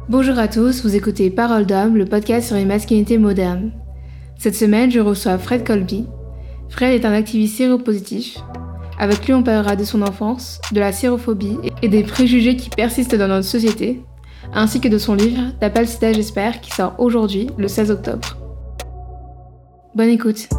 Bonjour à tous, vous écoutez Parole d'homme, le podcast sur les masculinités modernes. Cette semaine, je reçois Fred Colby. Fred est un activiste séropositif. Avec lui, on parlera de son enfance, de la sérophobie et des préjugés qui persistent dans notre société, ainsi que de son livre « T'appelles Sida, j'espère » qui sort aujourd'hui, le 16 octobre. Bonne écoute.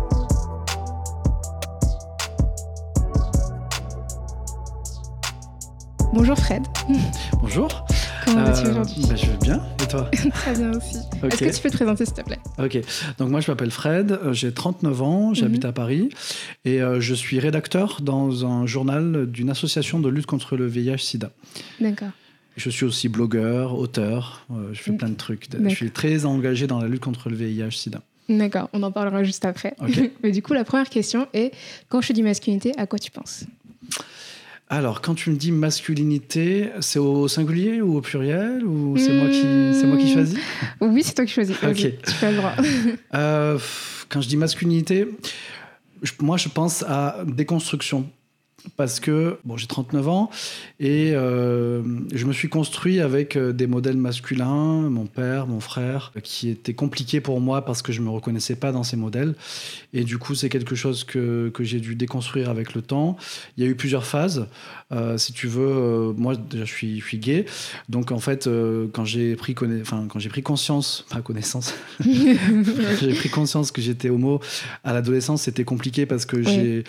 Bonjour Fred. Bonjour. Comment vas-tu aujourd'hui ? Je vais bien, et toi ? Très bien aussi. Okay. Est-ce que tu peux te présenter s'il te plaît ? Ok, donc moi je m'appelle Fred, j'ai 39 ans, j'habite à Paris et je suis rédacteur dans un journal d'une association de lutte contre le VIH-Sida. D'accord. Je suis aussi blogueur, auteur, je fais plein de trucs. Je suis très engagé dans la lutte contre le VIH-Sida. D'accord, on en parlera juste après. Okay. Mais du coup, la première question est, quand je te dis masculinité, à quoi tu penses ? Alors, quand tu me dis masculinité, c'est au singulier ou au pluriel ou c'est moi qui choisis ? Oui, c'est toi qui choisis. Okay. Tu as le droit. Quand je dis masculinité, moi je pense à déconstruction. Parce que j'ai 39 ans et je me suis construit avec des modèles masculins, mon père, mon frère, qui étaient compliqués pour moi parce que je ne me reconnaissais pas dans ces modèles. Et du coup, c'est quelque chose que j'ai dû déconstruire avec le temps. Il y a eu plusieurs phases. Si tu veux, moi, déjà, je suis gay. Donc, en fait, quand j'ai pris conscience, pas connaissance, j'ai pris conscience que j'étais homo à l'adolescence, c'était compliqué parce que j'ai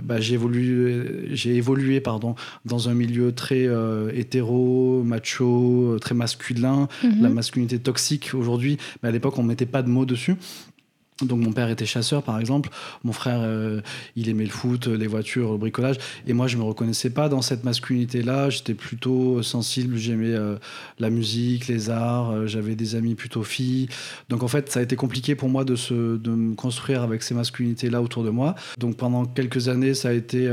évolué dans un milieu très hétéro, macho, très masculin, la masculinité toxique aujourd'hui. Mais à l'époque, on ne mettait pas de mots dessus. Donc mon père était chasseur par exemple, mon frère il aimait le foot, les voitures, le bricolage, et moi je me reconnaissais pas dans cette masculinité là, j'étais plutôt sensible, j'aimais la musique, les arts, j'avais des amis plutôt filles, donc en fait ça a été compliqué pour moi de me construire avec ces masculinités là autour de moi. Donc pendant quelques années ça a été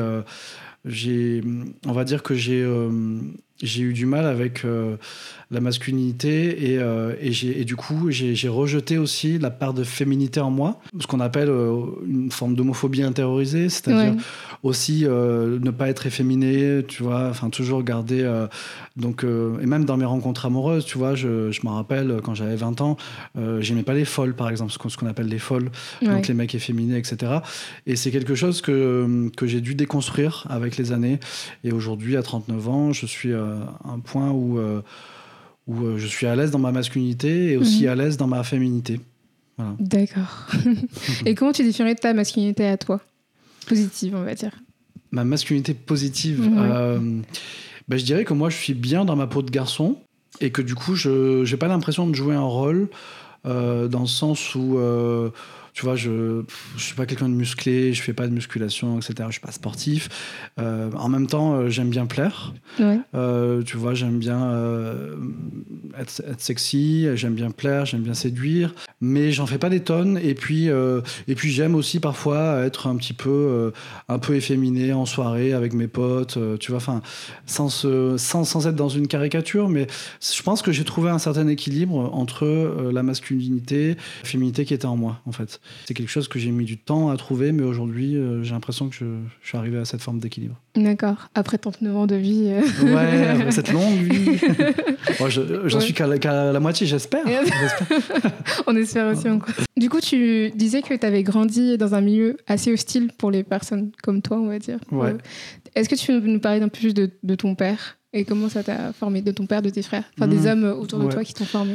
on va dire que j'ai eu du mal avec la masculinité et du coup j'ai rejeté aussi la part de féminité en moi, ce qu'on appelle une forme d'homophobie intériorisée, c'est-à-dire aussi ne pas être efféminé, tu vois, enfin toujours garder et même dans mes rencontres amoureuses, tu vois, je me rappelle quand j'avais 20 ans, j'aimais pas les folles par exemple, ce qu'on appelle les folles, donc les mecs efféminés, etc. Et c'est quelque chose que j'ai dû déconstruire avec les années, et aujourd'hui à 39 ans je suis à un point où je suis à l'aise dans ma masculinité et aussi à l'aise dans ma féminité. Voilà. D'accord. Et comment tu définirais ta masculinité à toi ? Positive, on va dire. Ma masculinité positive, je dirais que moi je suis bien dans ma peau de garçon et que du coup je n'ai pas l'impression de jouer un rôle dans le sens où tu vois, je suis pas quelqu'un de musclé, je fais pas de musculation, etc. Je suis pas sportif. En même temps, j'aime bien plaire. Tu vois, j'aime bien être sexy, j'aime bien plaire, j'aime bien séduire. Mais j'en fais pas des tonnes. Et puis j'aime aussi parfois être un peu efféminé en soirée avec mes potes. Tu vois, enfin, sans être dans une caricature, mais je pense que j'ai trouvé un certain équilibre entre la masculinité, la féminité qui était en moi, en fait. C'est quelque chose que j'ai mis du temps à trouver, mais aujourd'hui, j'ai l'impression que je suis arrivé à cette forme d'équilibre. D'accord. Après 39 ans de vie... Ouais, après cette longue vie. J'en suis qu'à la moitié, j'espère. On espère aussi encore. Du coup, tu disais que tu avais grandi dans un milieu assez hostile pour les personnes comme toi, on va dire. Ouais. Est-ce que tu peux nous parler d'un peu plus de ton père et comment ça t'a formé, de ton père, de tes frères, enfin des hommes autour de toi qui t'ont formé?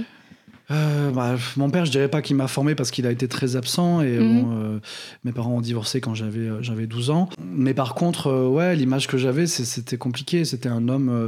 Mon père, je dirais pas qu'il m'a formé parce qu'il a été très absent et mes parents ont divorcé quand j'avais 12 ans. Mais par contre, l'image que j'avais, c'était compliqué. C'était un homme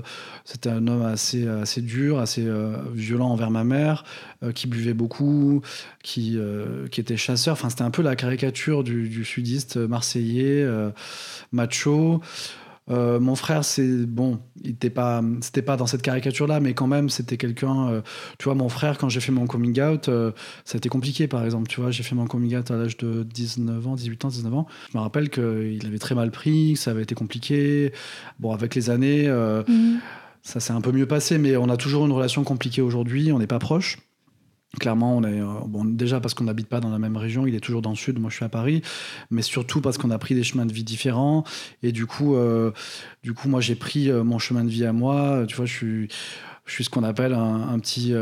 assez dur, assez violent envers ma mère, qui buvait beaucoup, qui était chasseur. Enfin, c'était un peu la caricature du sudiste marseillais, macho. Mon frère, c'était pas dans cette caricature-là, mais quand même, c'était quelqu'un. Tu vois, mon frère, quand j'ai fait mon coming out, ça a été compliqué, par exemple. Tu vois, j'ai fait mon coming out à l'âge de 18 ans. Je me rappelle qu'il avait très mal pris, que ça avait été compliqué. Bon, avec les années, ça s'est un peu mieux passé, mais on a toujours une relation compliquée aujourd'hui. On n'est pas proches. Clairement, on est déjà parce qu'on n'habite pas dans la même région, il est toujours dans le sud, moi je suis à Paris, mais surtout parce qu'on a pris des chemins de vie différents. Et du coup moi j'ai pris mon chemin de vie à moi. Tu vois, je je suis ce qu'on appelle un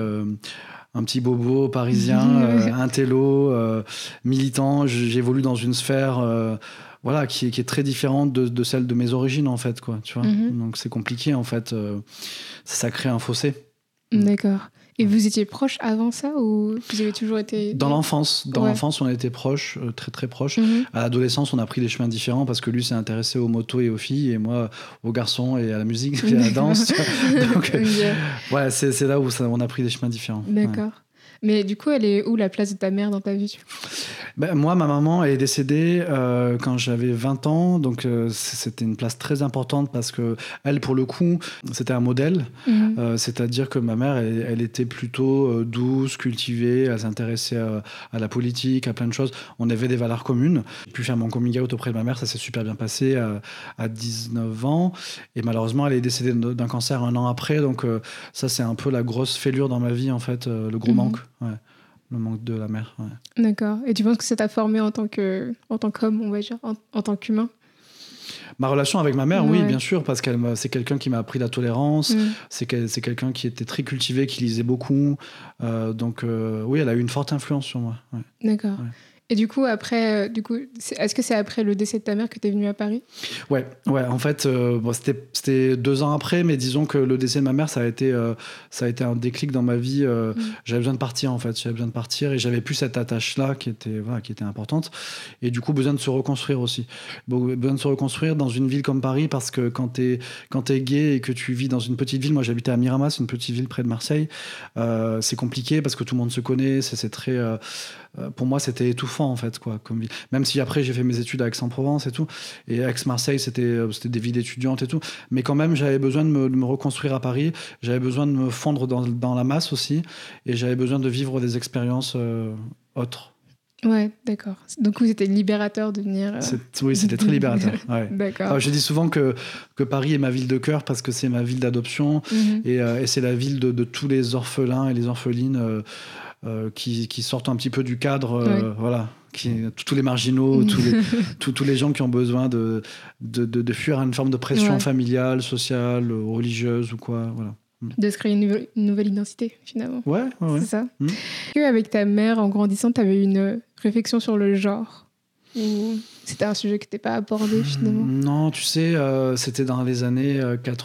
petit bobo parisien, intello, militant. J'évolue dans une sphère voilà, qui est très différente de celle de mes origines, en fait, quoi, tu vois. Donc c'est compliqué, en fait. Ça crée un fossé. D'accord. Et vous étiez proches avant ça ou vous avez toujours été... Dans l'enfance, on était proches, très très proches. À l'adolescence, on a pris des chemins différents parce que lui s'est intéressé aux motos et aux filles et moi aux garçons et à la musique et à la danse. Donc, ouais, c'est là où on a pris des chemins différents. D'accord. Ouais. Mais du coup, elle est où la place de ta mère dans ta vie? Moi, ma maman est décédée quand j'avais 20 ans, donc c'était une place très importante parce que elle, pour le coup, c'était un modèle. C'est-à-dire que ma mère, elle était plutôt douce, cultivée, elle s'intéressait à la politique, à plein de choses. On avait des valeurs communes. J'ai pu faire mon coming out auprès de ma mère, ça s'est super bien passé à 19 ans. Et malheureusement, elle est décédée d'un cancer 1 an après, donc ça, c'est un peu la grosse fêlure dans ma vie, en fait, le gros manque. Ouais. Le manque de la mère. Ouais. D'accord. Et tu penses que ça t'a formé en tant qu'homme, on va dire, en tant qu'humain? Ma relation avec ma mère, oui, bien sûr, parce que c'est quelqu'un qui m'a appris la tolérance, c'est quelqu'un qui était très cultivé, qui lisait beaucoup. Donc, oui, elle a eu une forte influence sur moi. Ouais. D'accord. Ouais. Et du coup, après, est-ce que c'est après le décès de ta mère que tu es venue à Paris? Ouais. En fait, c'était 2 ans après, mais disons que le décès de ma mère, ça a été un déclic dans ma vie. J'avais besoin de partir, en fait. J'avais besoin de partir et j'avais plus cette attache-là qui était importante. Et du coup, besoin de se reconstruire aussi. Besoin de se reconstruire dans une ville comme Paris, parce que quand t'es gay et que tu vis dans une petite ville, moi j'habitais à Miramas, une petite ville près de Marseille, c'est compliqué parce que tout le monde se connaît, c'est très... pour moi, c'était étouffant, en fait, quoi, comme ville. Même si après, j'ai fait mes études à Aix-en-Provence et tout. Et Aix-Marseille, c'était des villes étudiantes et tout. Mais quand même, j'avais besoin de me reconstruire à Paris. J'avais besoin de me fondre dans la masse aussi. Et j'avais besoin de vivre des expériences autres. Ouais, d'accord. Donc, vous étiez libérateur de venir... Oui, c'était très libérateur. Ouais. D'accord. Alors, je dis souvent que Paris est ma ville de cœur parce que c'est ma ville d'adoption. Et c'est la ville de tous les orphelins et les orphelines qui sortent un petit peu du cadre, voilà, tous les marginaux, tous les gens qui ont besoin de fuir à une forme de pression familiale, sociale, religieuse ou quoi, voilà. De se créer une nouvelle identité, finalement. Ouais. C'est ça. Est-ce qu'avec ta mère, en grandissant, tu avais une réflexion sur le genre? Ou c'était un sujet que tu n'as pas abordé, finalement? Non, tu sais, c'était dans les années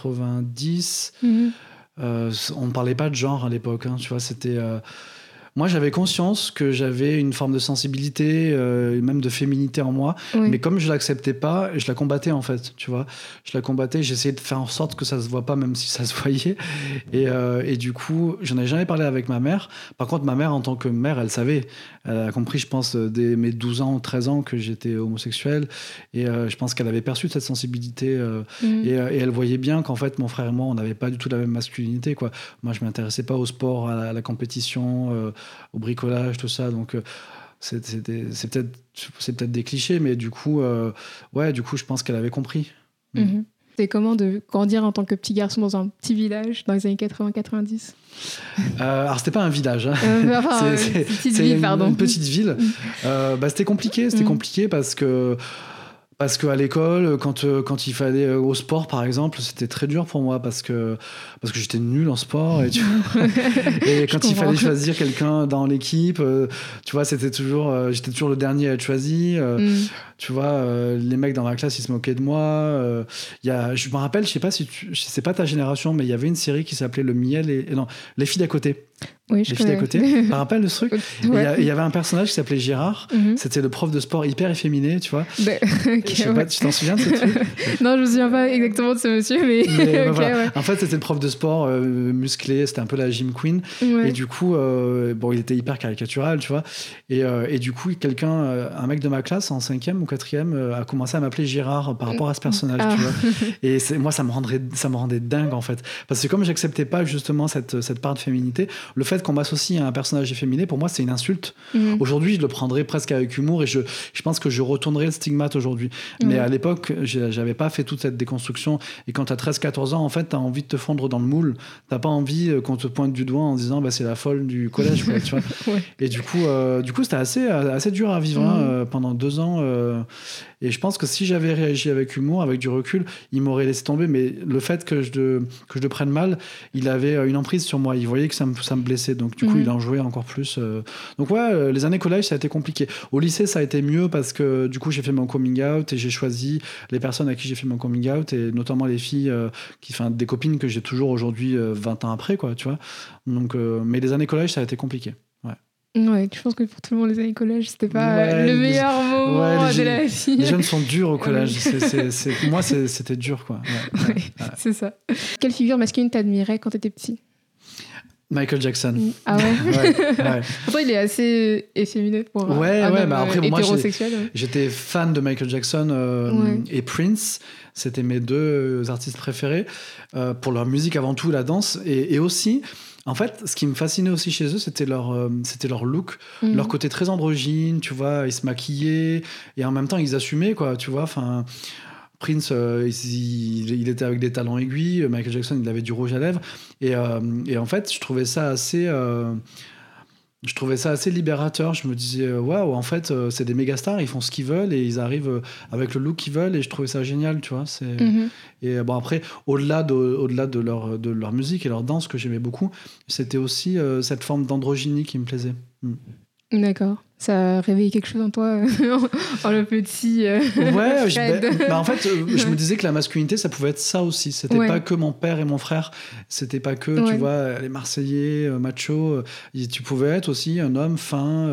90. On ne parlait pas de genre à l'époque, hein, tu vois, c'était... Moi, j'avais conscience que j'avais une forme de sensibilité, même de féminité en moi. Mais comme je ne l'acceptais pas, je la combattais, en fait, tu vois. Je la combattais, j'essayais de faire en sorte que ça ne se voit pas, même si ça se voyait. Et du coup, je n'en ai jamais parlé avec ma mère. Par contre, ma mère, en tant que mère, elle savait. Elle a compris, je pense, dès mes 12 ans, 13 ans, que j'étais homosexuel. Et je pense qu'elle avait perçu cette sensibilité. Et elle voyait bien qu'en fait, mon frère et moi, on n'avait pas du tout la même masculinité, quoi. Moi, je ne m'intéressais pas au sport, à la compétition... au bricolage, tout ça, donc c'est peut-être des clichés, mais du coup je pense qu'elle avait compris. C'était comment de grandir en tant que petit garçon dans un petit village dans les années 80-90? Alors c'était pas un village, hein. C'est une petite ville. C'était compliqué parce qu'à l'école, quand il fallait au sport, par exemple, c'était très dur pour moi parce que j'étais nul en sport. Et quand il fallait choisir quelqu'un dans l'équipe, tu vois, j'étais toujours le dernier à être choisi. Tu vois, les mecs dans ma classe, ils se moquaient de moi. Je me rappelle, je sais pas si c'est pas ta génération, mais il y avait une série qui s'appelait Le Miel Les filles d'à côté. Oui, je les filles d'à côté. Tu te rappelles de ce truc? Il y avait un personnage qui s'appelait Gérard. C'était le prof de sport hyper efféminé, tu vois. Je sais pas, tu t'en souviens de ce truc? Non, je me souviens pas exactement de ce monsieur, mais voilà. En fait, c'était le prof de sport musclé. C'était un peu la gym queen. Et du coup, il était hyper caricatural, tu vois. Et du coup, un mec de ma classe en 5e ou 4e a commencé à m'appeler Gérard par rapport à ce personnage, tu vois. Et moi, ça me rendait dingue, en fait. Parce que comme j'acceptais pas justement cette part de féminité, le fait qu'on m'associe à un personnage efféminé, pour moi, c'est une insulte. Aujourd'hui, je le prendrais presque avec humour et je pense que je retournerais le stigmate aujourd'hui. Mais à l'époque, j'avais pas fait toute cette déconstruction. Et quand tu as 13-14 ans, en fait, tu as envie de te fondre dans le moule. Tu pas envie qu'on te pointe du doigt en disant c'est la folle du collège. Quoi, tu vois. Et du coup, c'était assez dur à vivre pendant 2 ans. Et je pense que si j'avais réagi avec humour, avec du recul, il m'aurait laissé tomber. Mais le fait que je le prenne mal, il avait une emprise sur moi. Il voyait que ça me blessait. Donc, du coup, il en jouait encore plus. Donc, les années collège, ça a été compliqué. Au lycée, ça a été mieux parce que, du coup, j'ai fait mon coming out et j'ai choisi les personnes à qui j'ai fait mon coming out et notamment les filles, des copines que j'ai toujours aujourd'hui, 20 ans après, quoi, tu vois. Donc, mais les années collège, ça a été compliqué. Ouais, je pense que pour tout le monde, les années collège, c'était pas le meilleur moment de la vie. Les jeunes sont durs au collège. Pour moi, c'était dur, quoi. C'est ça. Quelle figure masculine t'admirais quand t'étais petit? Michael Jackson. Ah ouais. Pourtant, il est assez efféminé pour un homme après, hétérosexuel. J'étais fan de Michael Jackson et Prince. C'était mes 2 artistes préférés pour leur musique avant tout, la danse et aussi. En fait, ce qui me fascinait aussi chez eux, c'était leur look, leur côté très androgyne, tu vois, ils se maquillaient et en même temps ils assumaient, quoi, tu vois. Enfin, Prince, il était avec des talons aiguilles, Michael Jackson, il avait du rouge à lèvres et en fait, je trouvais ça assez libérateur. Je me disais, waouh, en fait, c'est des méga stars, ils font ce qu'ils veulent et ils arrivent avec le look qu'ils veulent et je trouvais ça génial, tu vois. Et bon, après, au-delà de leur musique et leur danse que j'aimais beaucoup, c'était aussi cette forme d'androgynie qui me plaisait. D'accord. Ça a réveillé quelque chose en toi, en le petit Fred. En fait, je me disais que la masculinité, ça pouvait être ça aussi. C'était pas que mon père et mon frère. C'était pas que, tu vois, les Marseillais, machos. Tu pouvais être aussi un homme fin,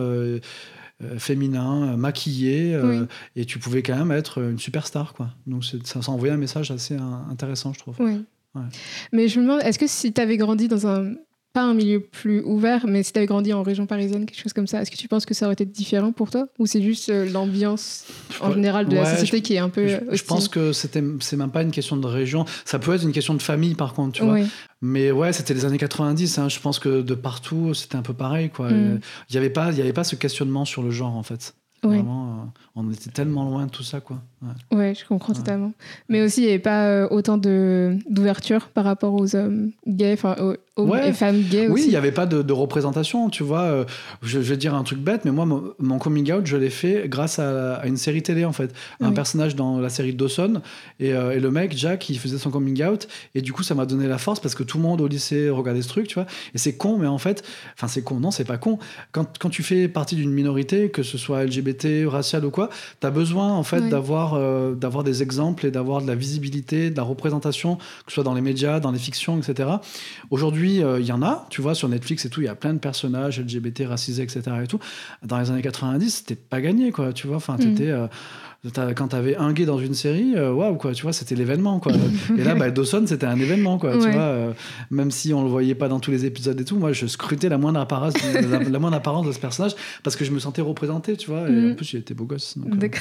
féminin, maquillé, et tu pouvais quand même être une superstar, quoi. Donc ça envoyait un message assez intéressant, je trouve. Ouais. Mais je me demande, est-ce que si tu avais grandi dans pas un milieu plus ouvert, mais si tu avais grandi en région parisienne, quelque chose comme ça, est-ce que tu penses que ça aurait été différent pour toi? Ou c'est juste l'ambiance en général de la société qui est un peu hostile? Je pense que c'est même pas une question de région. Ça peut être une question de famille, par contre, tu vois. Mais c'était les années 90. Je pense que de partout, c'était un peu pareil, quoi. Il y avait pas ce questionnement sur le genre, en fait. Vraiment, on était tellement loin de tout ça, quoi. Ouais, je comprends totalement. Mais aussi, il n'y avait pas autant d'ouverture par rapport aux hommes gays, enfin aux hommes et femmes gays aussi. Oui, il n'y avait pas de représentation, tu vois. Je vais dire un truc bête, mais moi, mon coming out, je l'ai fait grâce à une série télé, en fait. Un personnage dans la série Dawson, et le mec, Jack, il faisait son coming out, et du coup, ça m'a donné la force, parce que tout le monde au lycée regardait ce truc, tu vois. Et c'est con, mais en fait... Enfin, c'est con, non, c'est pas con. Quand tu fais partie d'une minorité, que ce soit LGBT, raciale ou quoi, t'as besoin, en fait, d'avoir des exemples et d'avoir de la visibilité, de la représentation, que ce soit dans les médias, dans les fictions, etc. Aujourd'hui, il y en a, tu vois, sur Netflix et tout, il y a plein de personnages LGBT, racisés, etc. et tout. Dans les années 90, c'était pas gagné, quoi, tu vois. Enfin, quand t'avais un gay dans une série, waouh, quoi, tu vois, c'était l'événement, quoi. Et là, Dawson, c'était un événement, quoi, tu vois. Même si on le voyait pas dans tous les épisodes et tout, moi, je scrutais la moindre apparence de ce personnage parce que je me sentais représenté, tu vois. Et en plus, il était beau gosse. Donc, d'accord.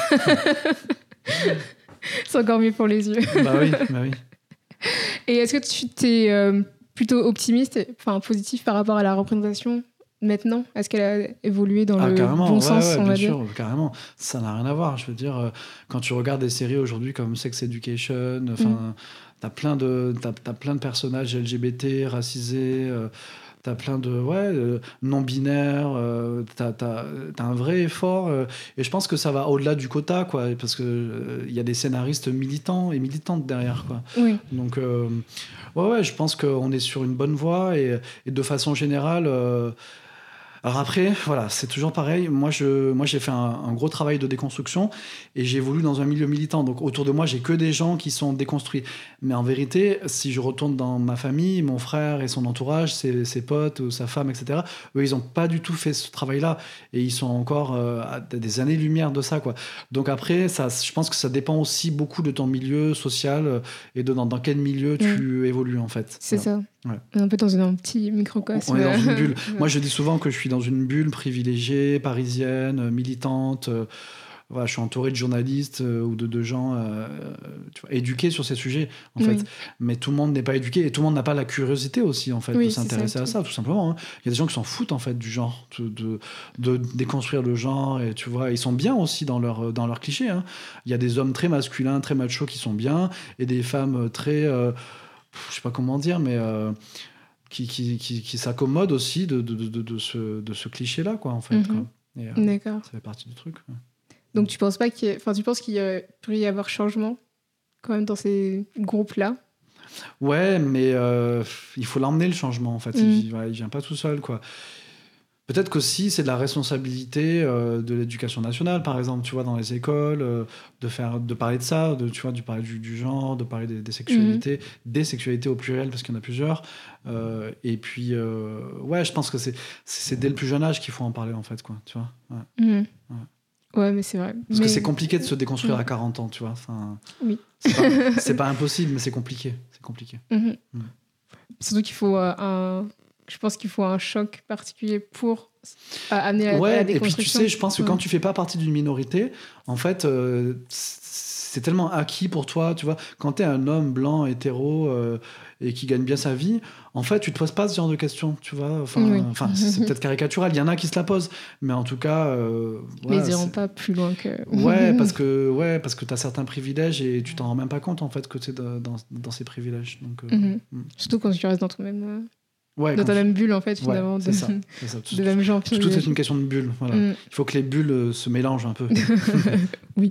C'est encore mieux pour les yeux. Bah oui. Et est-ce que tu t'es plutôt optimiste, enfin positif par rapport à la représentation maintenant? Est-ce qu'elle a évolué dans le bon sens, on va dire? Bien sûr, carrément. Ça n'a rien à voir. Je veux dire, quand tu regardes des séries aujourd'hui comme Sex Education, t'as plein de personnages LGBT, racisés. T'as plein de non-binaires, t'as un vrai effort, et je pense que ça va au-delà du quota, quoi, parce que y a des scénaristes militants et militantes derrière, quoi. Oui. Donc je pense qu'on est sur une bonne voie et de façon générale. Alors après, voilà, c'est toujours pareil. Moi, j'ai fait un gros travail de déconstruction et j'ai évolué dans un milieu militant. Donc, autour de moi, j'ai que des gens qui sont déconstruits. Mais en vérité, si je retourne dans ma famille, mon frère et son entourage, ses potes ou sa femme, etc., eux, ils n'ont pas du tout fait ce travail-là. Et ils sont encore à des années-lumière de ça, quoi. Donc après, je pense que ça dépend aussi beaucoup de ton milieu social et dans quel milieu tu évolues, en fait. C'est ça. Ouais. On est un peu dans un petit microcosme. On est dans une bulle. Moi, je dis souvent que je suis dans une bulle privilégiée, parisienne, militante, voilà, je suis entouré de journalistes ou de gens tu vois, éduqués sur ces sujets, en fait. Mais tout le monde n'est pas éduqué et tout le monde n'a pas la curiosité aussi, en fait, de s'intéresser à ça, tout simplement. Hein. Il y a des gens qui s'en foutent, en fait, du genre, de déconstruire le genre, et tu vois, ils sont bien aussi dans leur cliché. Hein. Il y a des hommes très masculins, très machos qui sont bien, et des femmes très, je sais pas comment dire, mais qui s'accommodent aussi de ce cliché-là, quoi, en fait. Quoi. Et, d'accord. Ça fait partie du truc. Ouais. Donc tu penses pas tu penses qu'il pourrait y avoir changement quand même dans ces groupes-là? Ouais, mais il faut l'emmener, le changement, en fait. Il vient pas tout seul, quoi. Peut-être qu'aussi, c'est de la responsabilité de l'éducation nationale, par exemple, tu vois, dans les écoles, de parler de ça, tu vois, de parler du genre, de parler des sexualités, des sexualités au pluriel, parce qu'il y en a plusieurs. Et puis, ouais, je pense que c'est dès le plus jeune âge qu'il faut en parler, en fait, quoi, tu vois. Ouais. Ouais, mais c'est vrai. Parce que c'est compliqué de se déconstruire à 40 ans, tu vois. Enfin, oui. C'est pas impossible, mais c'est compliqué. C'est compliqué. Surtout qu'il faut je pense qu'il faut un choc particulier pour amener à la déconstruction. Et puis tu sais, je pense que quand tu fais pas partie d'une minorité, en fait, c'est tellement acquis pour toi, tu vois. Quand t'es un homme blanc, hétéro, et qui gagne bien sa vie, en fait, tu te poses pas ce genre de questions, tu vois. Enfin, c'est peut-être caricatural, il y en a qui se la posent, mais en tout cas... mais ils iront pas plus loin que... parce que t'as certains privilèges et tu t'en rends même pas compte, en fait, que t'es dans ces privilèges. Donc, surtout quand tu restes dans ton même... dans ta même bulle, en fait, finalement. C'est ça. De même genre. Tout est une question de bulle. Voilà. Il faut que les bulles se mélangent un peu. Oui.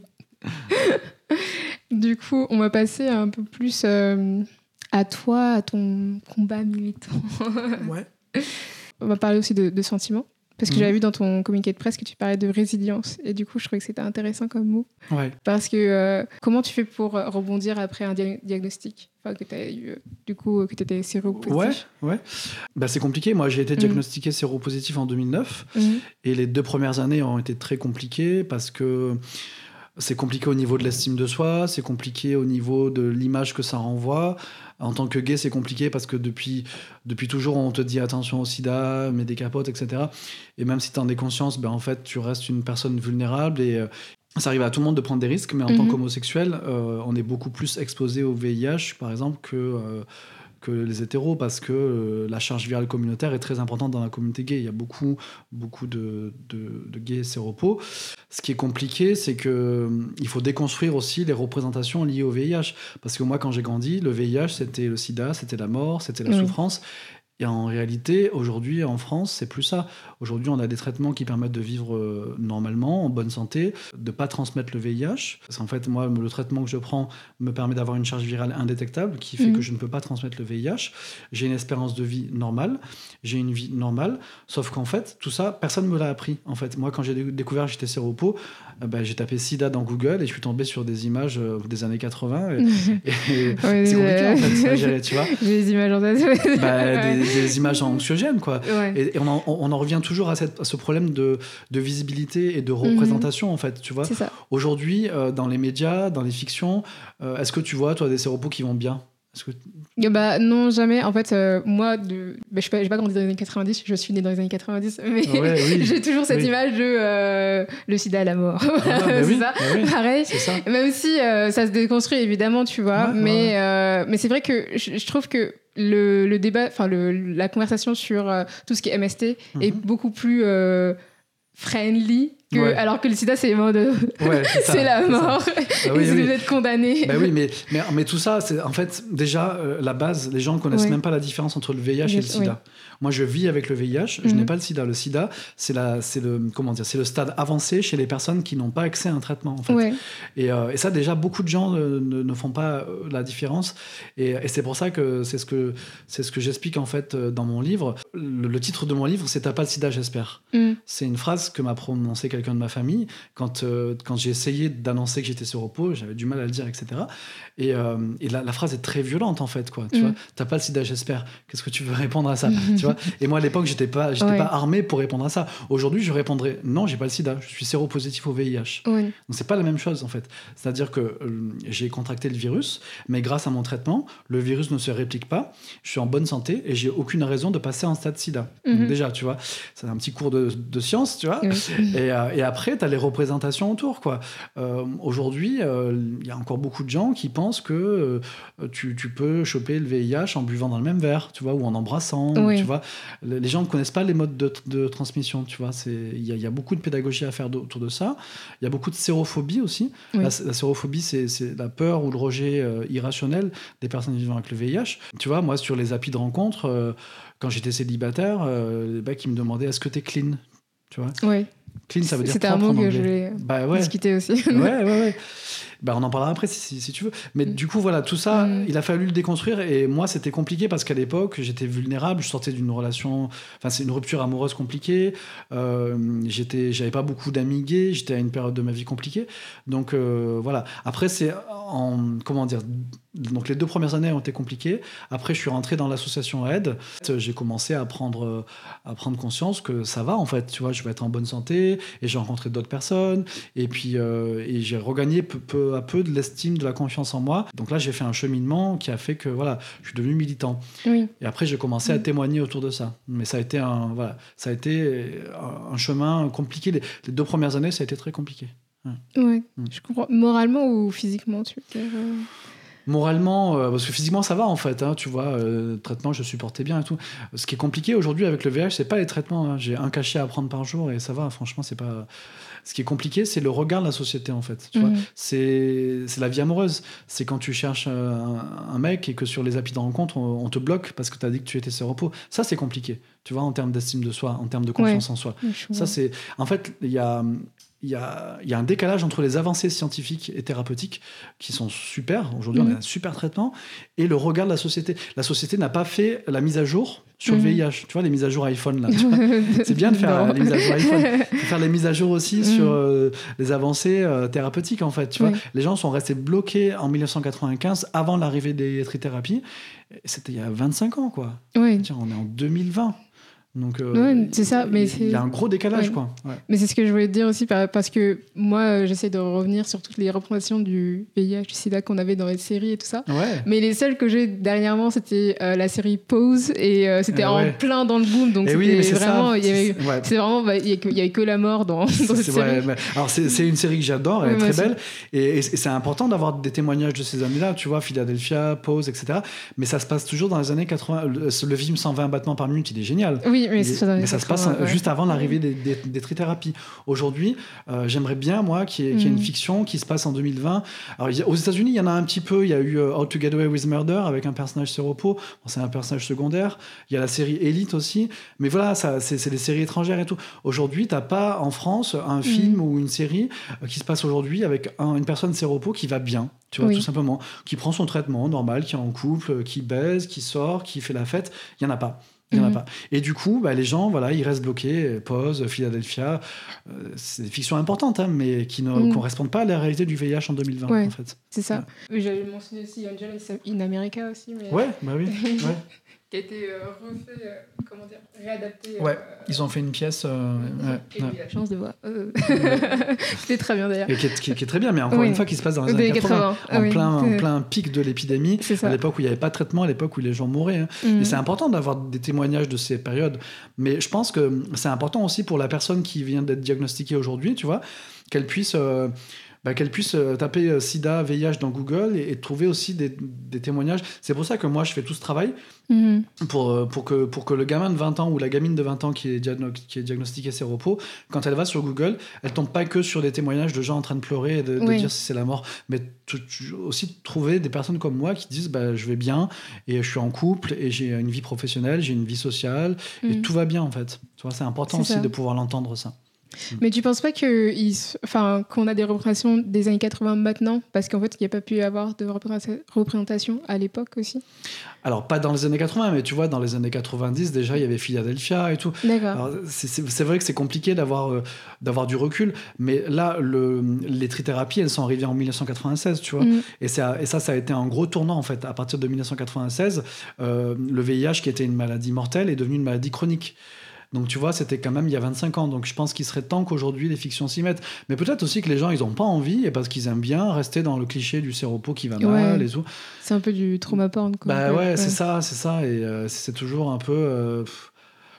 Du coup, on va passer un peu plus à toi, à ton combat militant. Ouais. On va parler aussi de sentiments. Parce que j'avais vu dans ton communiqué de presse que tu parlais de résilience. Et du coup, je trouvais que c'était intéressant comme mot. Ouais. Parce que comment tu fais pour rebondir après un diagnostic, que tu as eu, du coup, que tu étais séropositif? Ouais. Bah, c'est compliqué. Moi, j'ai été diagnostiqué séropositif en 2009. Et les 2 premières années ont été très compliquées parce que c'est compliqué au niveau de l'estime de soi, c'est compliqué au niveau de l'image que ça renvoie. En tant que gay, c'est compliqué parce que depuis toujours, on te dit attention au sida, mets des capotes, etc. Et même si tu en es conscience, ben, en fait, tu restes une personne vulnérable et ça arrive à tout le monde de prendre des risques, mais en tant qu'homosexuel, on est beaucoup plus exposé au VIH, par exemple, que les hétéros, parce que la charge virale communautaire est très importante dans la communauté gay. Il y a beaucoup de gays séropos. Ce qui est compliqué, c'est qu'il faut déconstruire aussi les représentations liées au VIH. Parce que moi, quand j'ai grandi, le VIH, c'était le sida, c'était la mort, c'était la souffrance. Et en réalité, aujourd'hui, en France, c'est plus ça. Aujourd'hui, on a des traitements qui permettent de vivre normalement, en bonne santé, de ne pas transmettre le VIH. Parce qu'en fait, moi, le traitement que je prends me permet d'avoir une charge virale indétectable qui fait que je ne peux pas transmettre le VIH. J'ai une espérance de vie normale, j'ai une vie normale. Sauf qu'en fait, tout ça, personne ne me l'a appris. En fait, moi, quand j'ai découvert que j'étais séropo, j'ai tapé sida dans Google et je suis tombé sur des images des années 80. Et c'est compliqué, en fait, à gérer, tu vois. Des images en des images anxiogènes, quoi. Ouais. Et on en revient toujours à ce problème de visibilité et de représentation, en fait, tu vois. Aujourd'hui, dans les médias, dans les fictions, est-ce que tu vois, toi, des séropos qui vont bien? Non, jamais. En fait, moi, je n'ai pas grandi dans les années 90, je suis née dans les années 90, mais j'ai toujours cette image de le sida à la mort. C'est ça, pareil. C'est ça. Même si ça se déconstruit, évidemment, tu vois. Mais c'est vrai que je trouve que le débat, la conversation sur tout ce qui est MST est beaucoup plus friendly. Alors que le sida, c'est c'est la mort. Vous êtes condamné. Mais tout ça, c'est en fait déjà la base. Les gens ne connaissent même pas la différence entre le VIH et le sida. Moi, je vis avec le VIH, je n'ai pas le sida. Le sida, c'est le stade avancé chez les personnes qui n'ont pas accès à un traitement, en fait. Et ça, déjà, beaucoup de gens ne font pas la différence. Et c'est pour ça que c'est ce que j'explique, en fait, dans mon livre. Le titre de mon livre, c'est « T'as pas le sida, j'espère ». C'est une phrase que m'a prononcée quelqu'un de ma famille quand j'ai essayé d'annoncer que j'étais séropo, j'avais du mal à le dire, etc. Et la phrase est très violente, en fait, quoi. Tu vois, t'as pas le sida, j'espère. Qu'est-ce que tu veux répondre à ça? Tu vois. Et moi, à l'époque, j'étais pas armé pour répondre à ça. Aujourd'hui, je répondrais non, j'ai pas le sida, je suis séropositif au VIH. Donc c'est pas la même chose, en fait. C'est-à-dire que j'ai contracté le virus, mais grâce à mon traitement, le virus ne se réplique pas. Je suis en bonne santé et j'ai aucune raison de passer en stade sida. Donc déjà, tu vois, c'est un petit cours de science, tu vois. Et après, tu as les représentations autour, quoi. Aujourd'hui, il y a encore beaucoup de gens qui pensent que tu peux choper le VIH en buvant dans le même verre, tu vois, ou en embrassant, tu vois. Les gens ne connaissent pas les modes de transmission, tu vois. Il y a beaucoup de pédagogie à faire autour de ça. Il y a beaucoup de sérophobie aussi. La sérophobie, c'est la peur ou le rejet irrationnel des personnes vivant avec le VIH. Tu vois, moi, sur les applis de rencontre, quand j'étais célibataire, les mecs, ils me demandaient « Est-ce que t'es clean ?» Tu vois. Clean, ça veut dire c'était propre en anglais. C'était un mot que je voulais discuter aussi. Ouais. On en parlera après si tu veux. Mais du coup, voilà, tout ça, il a fallu le déconstruire. Et moi, c'était compliqué parce qu'à l'époque, j'étais vulnérable. Je sortais d'une relation... Enfin, c'est une rupture amoureuse compliquée. J'avais pas beaucoup d'amis gays. J'étais à une période de ma vie compliquée. Donc, voilà. Après, c'est comment dire... Donc, les 2 premières années ont été compliquées. Après, je suis rentré dans l'association AID. J'ai commencé à prendre conscience que ça va, en fait. Tu vois, je vais être en bonne santé. Et j'ai rencontré d'autres personnes. Et puis, j'ai regagné peu à peu de l'estime, de la confiance en moi. Donc là, j'ai fait un cheminement qui a fait que, voilà, je suis devenu militant. Et après, j'ai commencé à témoigner autour de ça. Mais ça a été un chemin compliqué. Les 2 premières années, ça a été très compliqué. Je comprends. Moralement ou physiquement, tu veux dire Moralement, parce que physiquement ça va en fait, hein, tu vois, traitement je supportais bien et tout. Ce qui est compliqué aujourd'hui avec le VIH, c'est pas les traitements, hein. J'ai un cachet à prendre par jour et ça va, franchement c'est pas... Ce qui est compliqué, c'est le regard de la société en fait, tu vois. C'est la vie amoureuse, c'est quand tu cherches un mec et que sur les applis de rencontre on te bloque parce que t'as dit que tu étais séropos. Ça c'est compliqué, tu vois, en termes d'estime de soi, en termes de confiance en soi. Ça c'est... En fait, il y a un décalage entre les avancées scientifiques et thérapeutiques qui sont super. Aujourd'hui, on a un super traitement et le regard de la société. La société n'a pas fait la mise à jour sur le VIH. Tu vois, les mises à jour iPhone, là. C'est bien de faire les mises à jour iPhone. Il faut faire les mises à jour aussi sur les avancées thérapeutiques, en fait. Tu vois, les gens sont restés bloqués en 1995 avant l'arrivée des trithérapies. C'était il y a 25 ans, quoi. Tiens, on est en 2020. Donc, c'est ça, mais il y a un gros décalage, quoi. Mais c'est ce que je voulais te dire aussi, parce que moi, j'essaie de revenir sur toutes les représentations du VIH, du sida qu'on avait dans les séries et tout ça. Mais les seules que j'ai dernièrement, c'était la série Pose, et c'était en plein dans le boom. Donc c'était vraiment, il y avait que la mort dans cette série. Alors c'est une série que j'adore, elle est très belle, et c'est important d'avoir des témoignages de ces années-là, tu vois, Philadelphia, Pose, etc. Mais ça se passe toujours dans les années 80. Le film 120 battements par minute, il est génial. Mais ça se passe juste avant l'arrivée des trithérapies. Aujourd'hui, j'aimerais bien, moi, qu'il y ait une fiction qui se passe en 2020. Alors, aux États-Unis, il y en a un petit peu. Il y a eu How to Get Away with Murder avec un personnage séropo. C'est un personnage secondaire. Il y a la série Elite aussi. Mais voilà, c'est des séries étrangères et tout. Aujourd'hui, t'as pas en France un film ou une série qui se passe aujourd'hui avec une personne séropo qui va bien. Tu vois, tout simplement. Qui prend son traitement normal, qui est en couple, qui baise, qui sort, qui fait la fête. Il n'y en a pas. Il y en a pas. Et du coup, les gens, voilà, ils restent bloqués. Pose, Philadelphia, c'est des fictions importantes, hein, mais qui ne correspondent pas à la réalité du VIH en 2020, en fait. C'est ça. J'avais mentionné aussi Angel in America aussi. Mais... oui. qui a été réadapté. Ils ont fait une pièce. J'ai eu la chance de voir. C'était très bien d'ailleurs. Et qui est très bien, mais encore une fois, qui se passe dans les années 80. En plein pic de l'épidémie, à l'époque où il n'y avait pas de traitement, à l'époque où les gens mouraient. Hein. Et c'est important d'avoir des témoignages de ces périodes. Mais je pense que c'est important aussi pour la personne qui vient d'être diagnostiquée aujourd'hui, tu vois, qu'elle puisse taper sida, VIH dans Google et trouver aussi des témoignages. C'est pour ça que moi, je fais tout ce travail pour que le gamin de 20 ans ou la gamine de 20 ans qui est diagnostiquée séropo, quand elle va sur Google, elle tombe pas que sur des témoignages de gens en train de pleurer et de dire si c'est la mort, mais aussi trouver des personnes comme moi qui disent je vais bien et je suis en couple et j'ai une vie professionnelle, j'ai une vie sociale et tout va bien en fait. Tu vois, c'est important aussi de pouvoir l'entendre ça. Mais tu penses pas qu'on a des représentations des années 80 maintenant, parce qu'en fait il n'y a pas pu y avoir de représentation à l'époque aussi? Alors pas dans les années 80, mais tu vois, dans les années 90 déjà il y avait Philadelphia et tout. D'accord. Alors, c'est vrai que c'est compliqué d'avoir du recul, mais là les trithérapies elles sont arrivées en 1996, tu vois. Et ça a été un gros tournant en fait. À partir de 1996, le VIH qui était une maladie mortelle est devenu une maladie chronique. Donc tu vois, c'était quand même il y a 25 ans. Donc je pense qu'il serait temps qu'aujourd'hui les fictions s'y mettent. Mais peut-être aussi que les gens, ils n'ont pas envie, et parce qu'ils aiment bien rester dans le cliché du séropo qui va mal et tout. C'est un peu du trauma porn, quoi. C'est ça. Et c'est toujours un peu...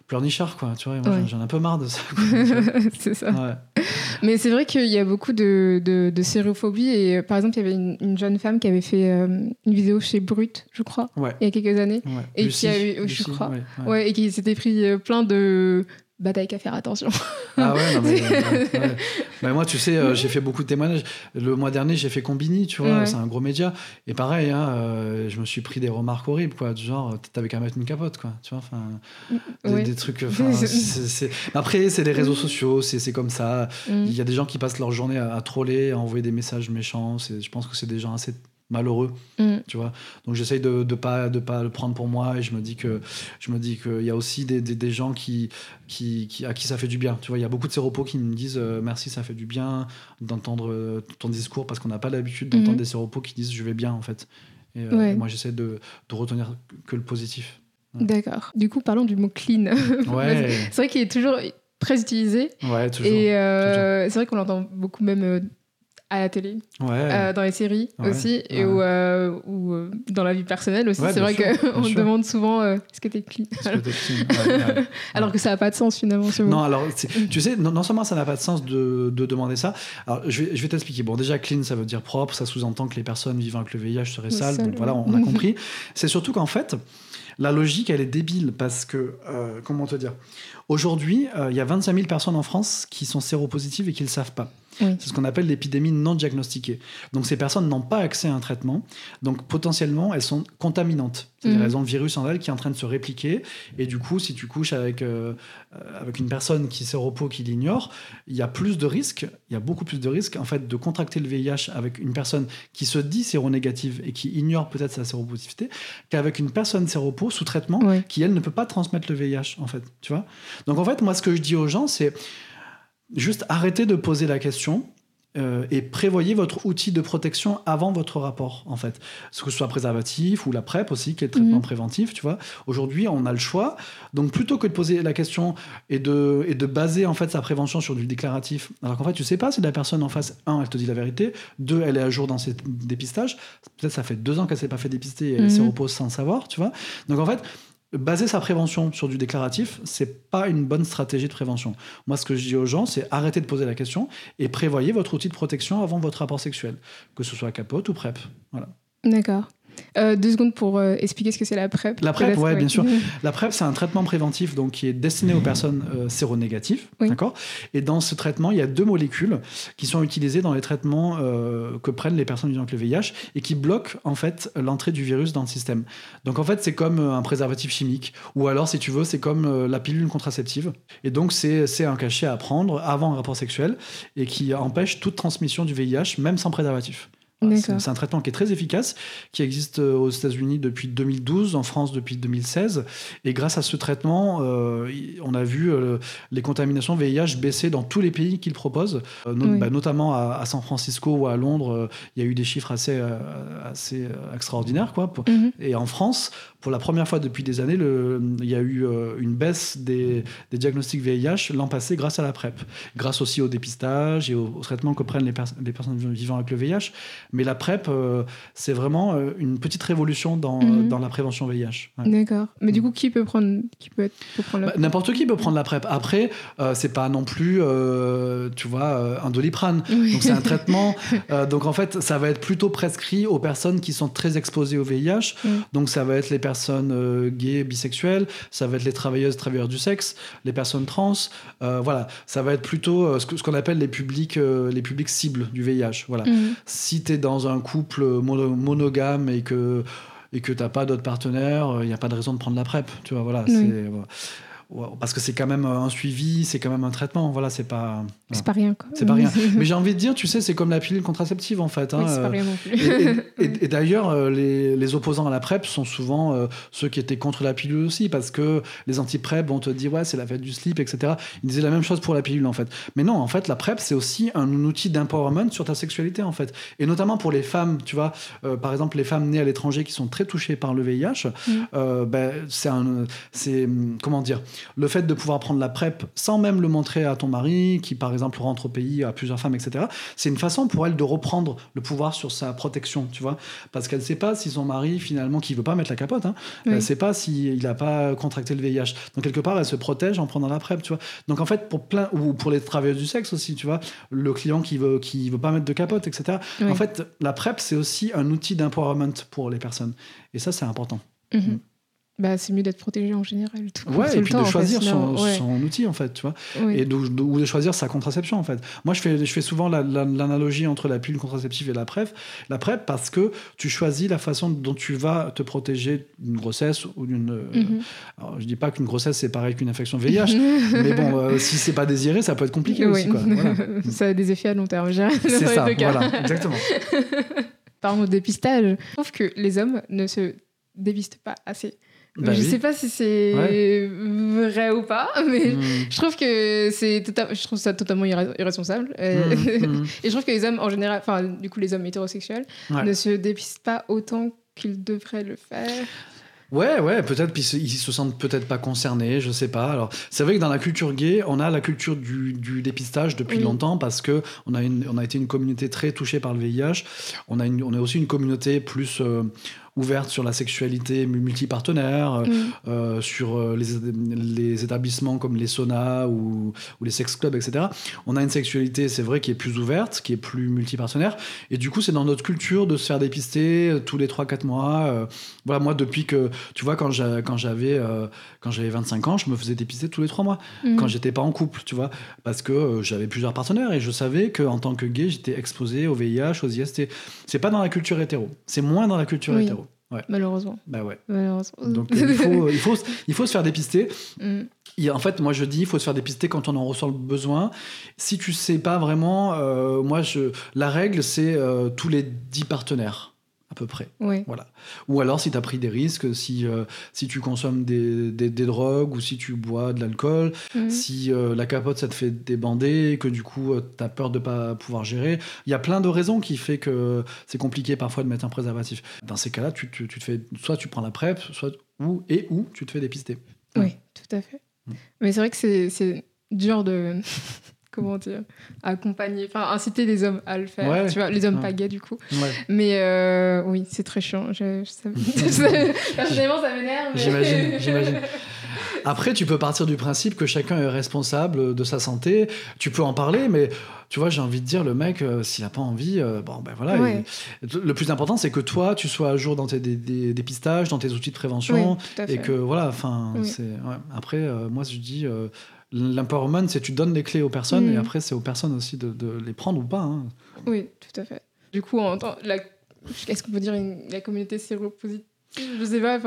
pleurnichard, quoi. Tu vois, moi, j'en ai un peu marre de ça. C'est ça. Ouais. Mais c'est vrai qu'il y a beaucoup de sérophobie. Et par exemple, il y avait une jeune femme qui avait fait une vidéo chez Brut, je crois, il y a quelques années. Ouais. Et Lucie, qui avait, Lucie, je crois, et qui s'était pris plein de batailles qu'à faire attention. Ah ouais, non, mais moi, tu sais, j'ai fait beaucoup de témoignages. Le mois dernier, j'ai fait Combini, tu vois, c'est un gros média. Et pareil, je me suis pris des remarques horribles, quoi, du genre, t'avais qu'à mettre une capote, quoi, tu vois, des trucs. Après, c'est les réseaux sociaux, c'est comme ça. Il y a des gens qui passent leur journée à troller, à envoyer des messages méchants. Je pense que c'est des gens assez malheureux, tu vois. Donc j'essaye de pas le prendre pour moi, et je me dis que il y a aussi des gens à qui ça fait du bien, tu vois. Il y a beaucoup de séropos qui me disent merci, ça fait du bien d'entendre ton discours, parce qu'on n'a pas l'habitude d'entendre des séropos qui disent je vais bien, en fait. Et moi j'essaie de retenir que le positif. D'accord. Du coup, parlons du mot clean. C'est vrai qu'il est toujours très utilisé. Ouais, toujours. Et c'est vrai qu'on l'entend beaucoup même à la télé, dans les séries aussi, et ou dans la vie personnelle aussi. C'est vrai qu'on me demande souvent est-ce que t'es clean, alors que ça n'a pas de sens finalement. Non, alors tu sais, non seulement ça n'a pas de sens de demander ça. Alors je vais t'expliquer. Bon, déjà clean, ça veut dire propre, ça sous-entend que les personnes vivant avec le VIH seraient sales. Donc voilà, on a compris. C'est surtout qu'en fait, la logique, elle est débile, parce que comment te dire, aujourd'hui, il y a 25 000 personnes en France qui sont séropositives et qui le savent pas. C'est ce qu'on appelle l'épidémie non diagnostiquée. Donc ces personnes n'ont pas accès à un traitement, donc potentiellement elles sont contaminantes. C'est-à-dire elles ont le virus en elles qui est en train de se répliquer, et du coup si tu couches avec une personne qui est séropo, qui l'ignore, il y a beaucoup plus de risques en fait de contracter le VIH avec une personne qui se dit séronégative et qui ignore peut-être sa séropositivité, qu'avec une personne séropo sous traitement qui elle ne peut pas transmettre le VIH, en fait, tu vois. Donc en fait, moi ce que je dis aux gens, c'est juste arrêtez de poser la question et prévoyez votre outil de protection avant votre rapport, en fait. Que ce soit préservatif ou la PrEP aussi, qui est le traitement préventif, tu vois. Aujourd'hui, on a le choix. Donc, plutôt que de poser la question et de baser, en fait, sa prévention sur du déclaratif, alors qu'en fait, tu sais pas si la personne en face, 1, elle te dit la vérité, 2, elle est à jour dans ses dépistages. Peut-être ça fait 2 ans qu'elle s'est pas fait dépister et elle s'y repose sans le savoir, tu vois. Donc, en fait, baser sa prévention sur du déclaratif, c'est pas une bonne stratégie de prévention. Moi, ce que je dis aux gens, c'est arrêtez de poser la question et prévoyez votre outil de protection avant votre rapport sexuel, que ce soit capote ou PrEP. Voilà. D'accord. 2 secondes pour expliquer ce que c'est la PrEP. La PrEP, oui, bien sûr. La PrEP, c'est un traitement préventif donc, qui est destiné aux personnes séronégatives. D'accord ? Et dans ce traitement, il y a 2 molécules qui sont utilisées dans les traitements que prennent les personnes vivant avec le VIH et qui bloquent en fait, l'entrée du virus dans le système. Donc en fait, c'est comme un préservatif chimique. Ou alors, si tu veux, c'est comme la pilule contraceptive. Et donc, c'est un cachet à prendre avant un rapport sexuel et qui empêche toute transmission du VIH, même sans préservatif. C'est un traitement qui est très efficace, qui existe aux États-Unis depuis 2012, en France depuis 2016. Et grâce à ce traitement, on a vu les contaminations VIH baisser dans tous les pays qu'il propose, notamment à San Francisco ou à Londres. Il y a eu des chiffres assez extraordinaires, quoi. Et en France, pour la première fois depuis des années, il y a eu une baisse des diagnostics VIH l'an passé grâce à la PrEP, grâce aussi au dépistage et au traitement que prennent les personnes vivant avec le VIH. Mais la PrEP, c'est vraiment une petite révolution dans la prévention VIH. Ouais. D'accord. Mais du coup, qui peut prendre la PrEP ? N'importe qui peut prendre la PrEP. Après, c'est pas non plus, tu vois, un Doliprane. Donc c'est un traitement. Donc en fait, ça va être plutôt prescrit aux personnes qui sont très exposées au VIH. Donc ça va être les personnes gays, bisexuelles, ça va être les travailleurs du sexe, les personnes trans. Voilà, ça va être plutôt ce qu'on appelle les publics cibles du VIH. Voilà. Si tu es dans un couple monogame et que t'as pas d'autres partenaires, il n'y a pas de raison de prendre la PrEP. Tu vois, voilà. Parce que c'est quand même un suivi, c'est quand même un traitement. Voilà, c'est pas rien, quoi. C'est pas rien. Mais j'ai envie de dire, tu sais, c'est comme la pilule contraceptive, en fait. C'est pas rien non plus. Et d'ailleurs, les opposants à la PrEP sont souvent ceux qui étaient contre la pilule aussi, parce que les anti-PrEP vont te dire, ouais, c'est la fête du slip, etc. Ils disaient la même chose pour la pilule, en fait. Mais non, en fait, la PrEP, c'est aussi un outil d'empowerment sur ta sexualité, en fait. Et notamment pour les femmes, tu vois, par exemple, les femmes nées à l'étranger qui sont très touchées par le VIH, comment dire, le fait de pouvoir prendre la PrEP sans même le montrer à ton mari, qui par exemple rentre au pays à plusieurs femmes, etc., c'est une façon pour elle de reprendre le pouvoir sur sa protection, tu vois, parce qu'elle ne sait pas si son mari, finalement, qui ne veut pas mettre la capote, elle ne sait pas s'il n'a pas contracté le VIH. Donc quelque part, elle se protège en prenant la PrEP, tu vois. Donc en fait, ou pour les travailleurs du sexe aussi, tu vois, le client qui veut pas mettre de capote, etc. En fait, la PrEP, c'est aussi un outil d'empowerment pour les personnes. Et ça, c'est important. Bah, c'est mieux d'être protégé en général. Et puis de choisir son outil, en fait, tu vois. Et ou de choisir sa contraception, en fait. Moi, je fais souvent l'analogie entre la pilule contraceptive et la PrEP. La PrEP, parce que tu choisis la façon dont tu vas te protéger d'une grossesse ou d'une... Alors, je dis pas qu'une grossesse, c'est pareil qu'une infection VIH, mais bon, si c'est pas désiré, ça peut être compliqué aussi, quoi. Voilà. Ça a des effets à long terme, c'est ça, voilà, exactement. Parlons de dépistage. Je trouve que les hommes ne se dépistent pas assez. Je sais pas si c'est vrai ou pas, mais je trouve que je trouve ça totalement irresponsable. Et je trouve que les hommes en général, enfin du coup les hommes hétérosexuels, ne se dépistent pas autant qu'ils devraient le faire. Ouais, peut-être, puis ils se sentent peut-être pas concernés, je sais pas. Alors, c'est vrai que dans la culture gay, on a la culture du dépistage depuis longtemps, parce que on a été une communauté très touchée par le VIH. On est aussi une communauté plus ouverte sur la sexualité multipartenaire, sur les établissements comme les saunas ou les sex clubs, etc. On a une sexualité, c'est vrai, qui est plus ouverte, qui est plus multipartenaire. Et du coup, c'est dans notre culture de se faire dépister tous les 3-4 mois. Voilà, moi, depuis que... Tu vois, quand j'avais 25 ans, je me faisais dépister tous les 3 mois. Quand j'étais pas en couple, tu vois. Parce que j'avais plusieurs partenaires et je savais qu'en tant que gay, j'étais exposé au VIH, aux IST. C'est pas dans la culture hétéro. C'est moins dans la culture hétéro. Ouais. Malheureusement. Bah ouais. Malheureusement. Donc il faut se faire dépister. En fait, moi je dis, il faut se faire dépister quand on en ressent le besoin. Si tu sais pas vraiment, la règle c'est tous les 10 partenaires. À peu près. Voilà. Ou alors si tu as pris des risques, si tu consommes des drogues ou si tu bois de l'alcool, si la capote ça te fait débander, que du coup tu as peur de pas pouvoir gérer. Il y a plein de raisons qui fait que c'est compliqué parfois de mettre un préservatif. Dans ces cas-là, tu te fais, soit tu prends la PrEP, ou tu te fais dépister. Oui, tout à fait. Mais c'est vrai que c'est dur de... comment dire, accompagner, enfin inciter les hommes à le faire, tu vois, les hommes pas gays du coup. Mais oui, c'est très chiant. Personnellement, ça m'énerve. Mais... J'imagine. Après, tu peux partir du principe que chacun est responsable de sa santé. Tu peux en parler, mais tu vois, j'ai envie de dire, le mec, s'il n'a pas envie, voilà. Le plus important, c'est que toi, tu sois à jour dans tes dépistages, dans tes outils de prévention, et que voilà. Enfin, après, moi, je dis. L'empowerment, c'est tu donnes les clés aux personnes et après c'est aux personnes aussi de les prendre ou pas. Hein. Oui, tout à fait. Du coup, est-ce qu'on peut dire la communauté séropositive, je sais pas.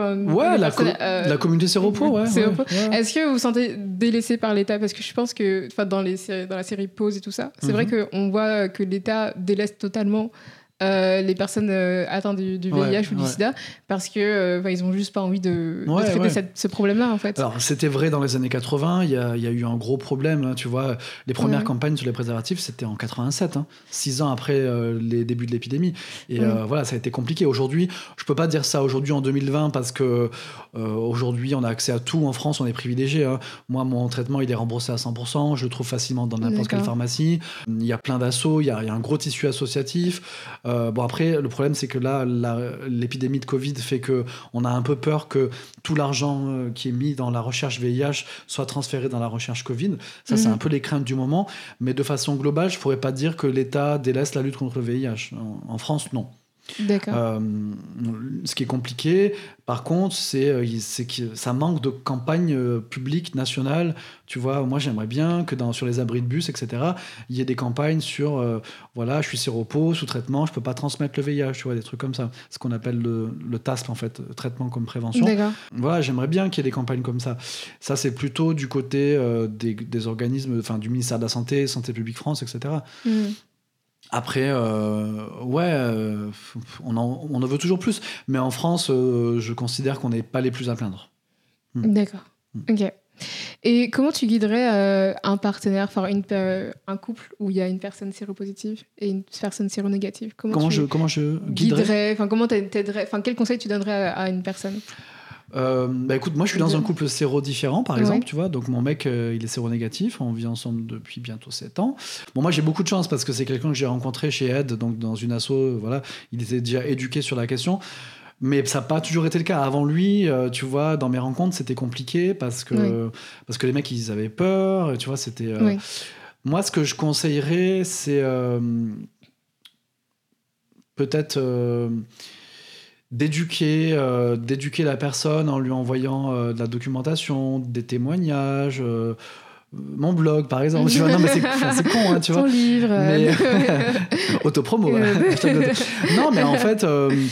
La communauté séropo, Est-ce que vous vous sentez délaissé par l'État? Parce que je pense que dans la série Pause et tout ça, c'est vrai qu'on voit que l'État délaisse totalement les personnes atteintes du VIH ou du sida parce que ils ont juste pas envie de traiter ce problème-là en fait. Alors c'était vrai dans les années 80, il y a eu un gros problème, hein, tu vois, les premières campagnes sur les préservatifs c'était en 87, 6 ans après les débuts de l'épidémie et voilà, ça a été compliqué. Aujourd'hui, je peux pas dire ça aujourd'hui en 2020 parce que aujourd'hui on a accès à tout en France, on est privilégié, hein. Moi mon traitement il est remboursé à 100%, je le trouve facilement dans n'importe quelle pharmacie, il y a plein d'assauts, il y a un gros tissu associatif. Après, le problème, c'est que là, l'épidémie de Covid fait qu'on a un peu peur que tout l'argent qui est mis dans la recherche VIH soit transféré dans la recherche Covid. Ça, c'est un peu les craintes du moment. Mais de façon globale, je ne pourrais pas dire que l'État délaisse la lutte contre le VIH. En France, non. D'accord. Ce qui est compliqué, par contre, c'est que ça manque de campagne publique nationale. Tu vois, moi, j'aimerais bien que sur les abris de bus, etc., il y ait des campagnes sur voilà, je suis séropo, sous traitement, je peux pas transmettre le VIH, tu vois, des trucs comme ça. Ce qu'on appelle le TASP, en fait, traitement comme prévention. D'accord. Voilà, j'aimerais bien qu'il y ait des campagnes comme ça. Ça, c'est plutôt du côté des organismes, enfin, du ministère de la Santé, Santé publique France, etc. Après, on en veut toujours plus. Mais en France, je considère qu'on n'est pas les plus à plaindre. D'accord. Ok. Et comment tu guiderais un partenaire, un couple où il y a une personne séropositive et une personne séronégative? Comment je guiderais? Comment t'aiderais? Quel conseil tu donnerais à une personne? Écoute, moi je suis dans un couple séro-différent par exemple, tu vois, donc mon mec il est séronégatif, on vit ensemble depuis bientôt 7 ans. Bon, moi j'ai beaucoup de chance parce que c'est quelqu'un que j'ai rencontré chez Aide, donc dans une asso, voilà, il était déjà éduqué sur la question. Mais ça n'a pas toujours été le cas. Avant lui, tu vois, dans mes rencontres, c'était compliqué parce que les mecs, ils avaient peur. Tu vois, c'était... Moi, ce que je conseillerais, c'est peut-être d'éduquer la personne en lui envoyant de la documentation, des témoignages... mon blog par exemple, tu vois. Non mais c'est con, hein, tu vois. Ton livre. Mais autopromo. Non mais en fait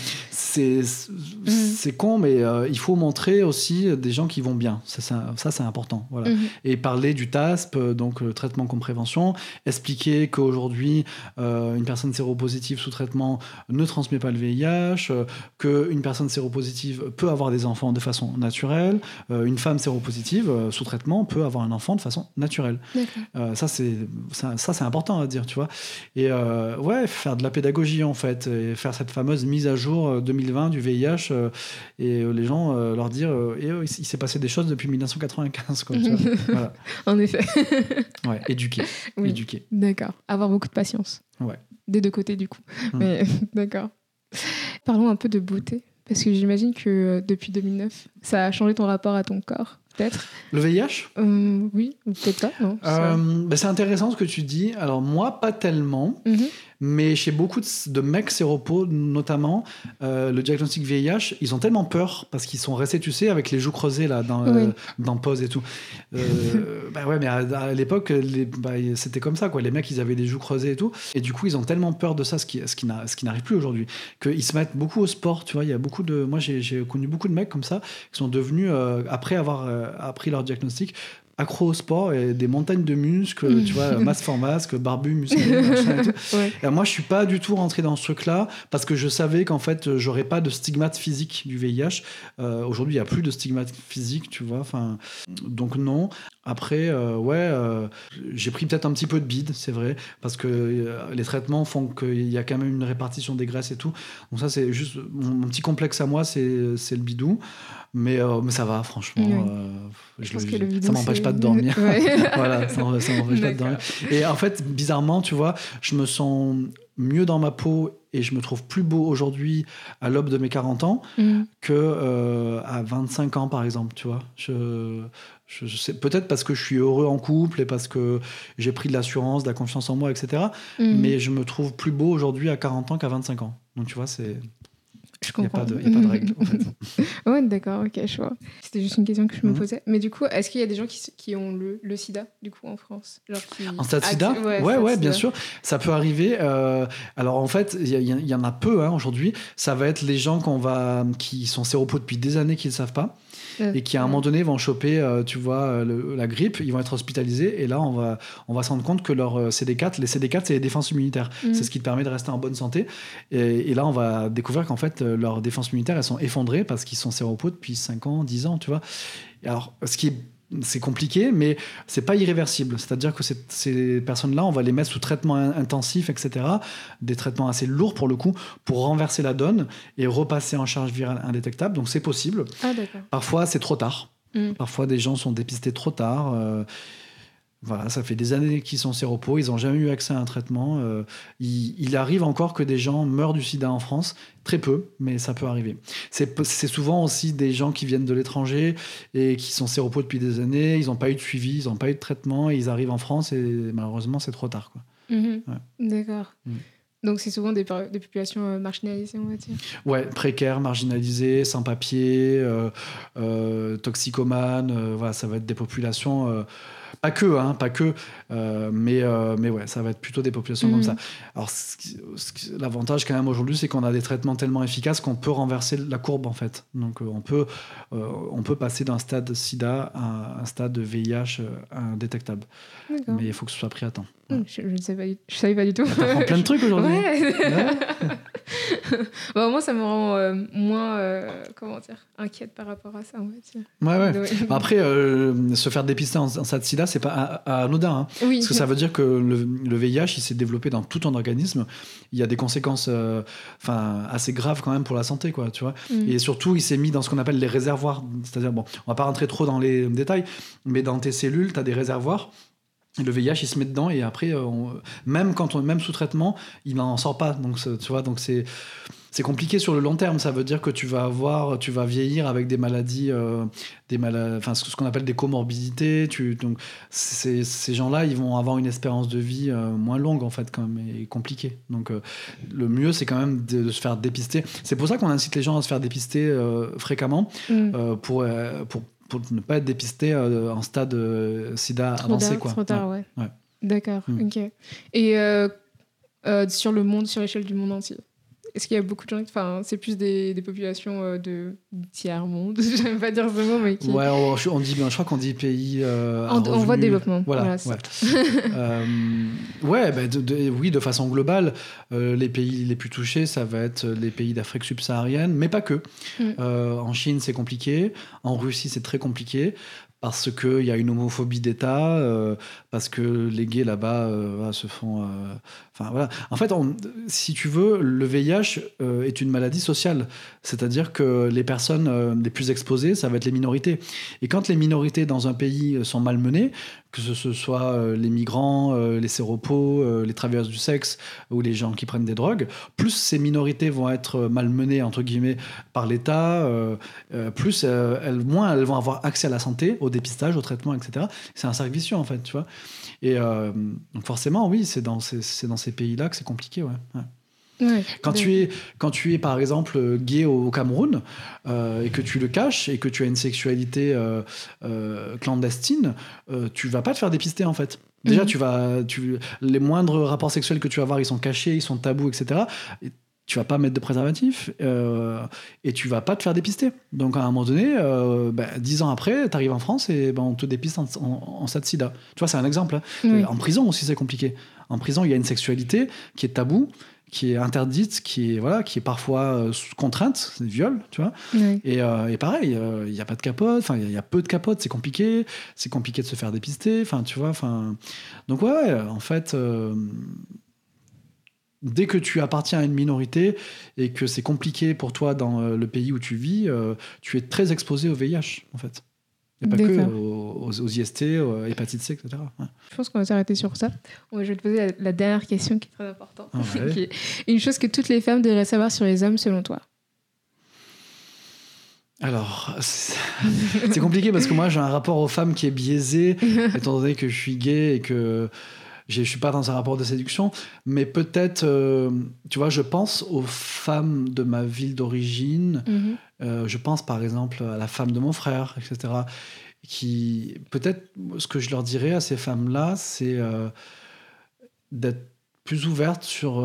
c'est con, mais il faut montrer aussi des gens qui vont bien. Ça c'est important. Voilà. Et parler du TASP, donc le traitement comme prévention, expliquer qu'aujourd'hui une personne séropositive sous traitement ne transmet pas le VIH, qu'une personne séropositive peut avoir des enfants de façon naturelle, une femme séropositive sous traitement peut avoir un enfant de façon naturelle. Ça c'est important à dire, tu vois. Et faire de la pédagogie en fait, et faire cette fameuse mise à jour 2020 du VIH, et les gens leur dire il s'est passé des choses depuis 1995 quoi, tu vois. Voilà. En effet. Éduquer. Éduquer. D'accord. Avoir beaucoup de patience. Des deux côtés du coup. Mais d'accord. Parlons un peu de beauté, parce que j'imagine que depuis 2009, ça a changé ton rapport à ton corps. Peut-être. Le VIH ? Oui, ou peut-être pas. Non, c'est intéressant ce que tu dis. Alors moi, pas tellement, mais chez beaucoup de mecs séropos, notamment, le diagnostic VIH, ils ont tellement peur parce qu'ils sont restés, tu sais, avec les joues creusées là, dans Pose et tout. Mais à l'époque, c'était comme ça, quoi. Les mecs, ils avaient des joues creusées et tout. Et du coup, ils ont tellement peur de ça, ce qui n'arrive plus aujourd'hui, qu'ils se mettent beaucoup au sport, tu vois. Il y a beaucoup de... Moi, j'ai connu beaucoup de mecs comme ça qui sont devenus, après avoir appris leur diagnostic, accro au sport et des montagnes de muscles, tu vois, masque for masque, barbu, musclé, machin et tout. Et moi, je suis pas du tout rentré dans ce truc-là parce que je savais qu'en fait, j'aurais pas de stigmate physique du VIH. Aujourd'hui, il y a plus de stigmate physique, tu vois. Enfin, donc non. Après, j'ai pris peut-être un petit peu de bide, c'est vrai, parce que les traitements font qu'il y a quand même une répartition des graisses et tout. Donc ça, c'est juste mon petit complexe à moi, c'est le bidou. Mais ça va, franchement. Ça m'empêche pas de dormir. Voilà, ça m'empêche pas de dormir. Et en fait, bizarrement, tu vois, je me sens mieux dans ma peau et je me trouve plus beau aujourd'hui à l'aube de mes 40 ans que à 25 ans, par exemple, tu vois. Je sais, peut-être parce que je suis heureux en couple et parce que j'ai pris de l'assurance, de la confiance en moi, etc. Mais je me trouve plus beau aujourd'hui à 40 ans qu'à 25 ans. Donc, tu vois, c'est... Je comprends. Il n'y a pas de règle, en fait. Ouais, d'accord, ok, je vois. C'était juste une question que je me posais. Mais du coup, est-ce qu'il y a des gens qui ont le sida, du coup, en France, genre en stade sida ? Ouais, bien sûr. Ça peut arriver. Alors, en fait, il y en a peu aujourd'hui. Ça va être les gens qui sont séropos depuis des années qui ne le savent pas. Et qui, à un moment donné, vont choper, tu vois, la grippe. Ils vont être hospitalisés. Et là, on va se rendre compte que leur CD4, les CD4, c'est les défenses immunitaires. C'est ce qui te permet de rester en bonne santé. Et là, on va découvrir qu'en fait, leurs défenses immunitaires, elles sont effondrées parce qu'ils sont séropos depuis 5 ans, 10 ans, tu vois. Et alors, c'est compliqué, mais c'est pas irréversible. C'est-à-dire que ces personnes-là, on va les mettre sous traitement intensif, etc. Des traitements assez lourds pour le coup, pour renverser la donne et repasser en charge virale indétectable. Donc c'est possible. Ah, d'accord. Parfois, c'est trop tard. Parfois, des gens sont dépistés trop tard. Voilà, ça fait des années qu'ils sont séropos, ils n'ont jamais eu accès à un traitement. Il arrive encore que des gens meurent du sida en France, très peu, mais ça peut arriver. C'est souvent aussi des gens qui viennent de l'étranger et qui sont séropos depuis des années, ils n'ont pas eu de suivi, ils n'ont pas eu de traitement, et ils arrivent en France et malheureusement c'est trop tard, quoi. D'accord. Donc c'est souvent des populations marginalisées, on va dire. Ouais, précaires, marginalisées, sans papier, toxicomanes, voilà, ça va être des populations... Pas que, mais ouais, ça va être plutôt des populations comme ça. Alors, l'avantage quand même aujourd'hui, c'est qu'on a des traitements tellement efficaces qu'on peut renverser la courbe en fait. Donc, on peut passer d'un stade SIDA à un stade de VIH indétectable. Mais il faut que ce soit pris à temps. Ouais. Je savais pas du tout. T'apprends plein de trucs aujourd'hui. Ouais. Moi, ça me rend moins, inquiète par rapport à ça, en fait. Ouais. Après, se faire dépister en stade sida, c'est pas anodin. Hein, oui. Parce que ça veut dire que le VIH, il s'est développé dans tout ton organisme. Il y a des conséquences assez graves quand même pour la santé, quoi, tu vois. Et surtout, il s'est mis dans ce qu'on appelle les réservoirs. C'est-à-dire, on va pas rentrer trop dans les détails, mais dans tes cellules, tu as des réservoirs. Le VIH, il se met dedans et après, même sous traitement, il n'en sort pas. Donc, tu vois, donc c'est compliqué sur le long terme. Ça veut dire que tu vas vieillir avec des maladies, ce qu'on appelle des comorbidités. Donc, ces gens-là, ils vont avoir une espérance de vie moins longue, en fait, quand même, et compliquée. Donc, le mieux, c'est quand même de se faire dépister. C'est pour ça qu'on incite les gens à se faire dépister fréquemment pour ne pas être dépisté en stade sida avancé. Trop tard, ouais. D'accord, ok. Et sur l'échelle du monde entier, est-ce qu'il y a beaucoup de gens... Enfin, c'est plus des populations de tiers-monde, j'aime pas dire ce mot, mais qui... Ouais, je crois qu'on dit pays... en voie de développement. Voilà. Oui, de façon globale, les pays les plus touchés, ça va être les pays d'Afrique subsaharienne, mais pas que. En Chine, c'est compliqué. En Russie, c'est très compliqué. Parce qu'il y a une homophobie d'État, parce que les gays là-bas se font... voilà. En fait, si tu veux, le VIH est une maladie sociale. C'est-à-dire que les personnes les plus exposées, ça va être les minorités. Et quand les minorités dans un pays sont malmenées, que ce soit les migrants, les séropos, les travailleurs du sexe ou les gens qui prennent des drogues, plus ces minorités vont être malmenées, entre guillemets, par l'État, moins elles vont avoir accès à la santé, au dépistage, au traitement, etc. C'est un cercle vicieux, en fait, tu vois. Et donc forcément, oui, c'est dans ces pays-là que c'est compliqué, ouais. Ouais, quand tu es par exemple gay au Cameroun et que tu le caches et que tu as une sexualité clandestine, tu vas pas te faire dépister, en fait. Déjà, les moindres rapports sexuels que tu vas avoir, ils sont cachés, ils sont tabous, etc. Et tu vas pas mettre de préservatif et tu vas pas te faire dépister. Donc à un moment donné, 10 ans après, tu arrives en France et on te dépiste en stade sida. Tu vois, c'est un exemple. Hein. Oui. En prison aussi, c'est compliqué. En prison, il y a une sexualité qui est taboue, qui est interdite, qui est parfois sous contrainte, c'est le viol, tu vois. Oui. Et pareil, il n'y a pas de capote, il y a peu de capotes, c'est compliqué de se faire dépister, tu vois. Donc ouais, en fait... dès que tu appartiens à une minorité et que c'est compliqué pour toi dans le pays où tu vis, tu es très exposé au VIH, en fait. Il n'y a pas que aux IST, aux hépatite C, etc. Ouais. Je pense qu'on va s'arrêter sur ça. Je vais te poser la dernière question qui est très importante. Ouais. Qui est une chose que toutes les femmes devraient savoir sur les hommes, selon toi. Alors, c'est compliqué parce que moi, j'ai un rapport aux femmes qui est biaisé, étant donné que je suis gay et que... je suis pas dans un rapport de séduction, mais peut-être, tu vois, je pense aux femmes de ma ville d'origine. Je pense par exemple à la femme de mon frère, etc. Qui, peut-être, ce que je leur dirais à ces femmes-là, c'est d'être plus ouvertes sur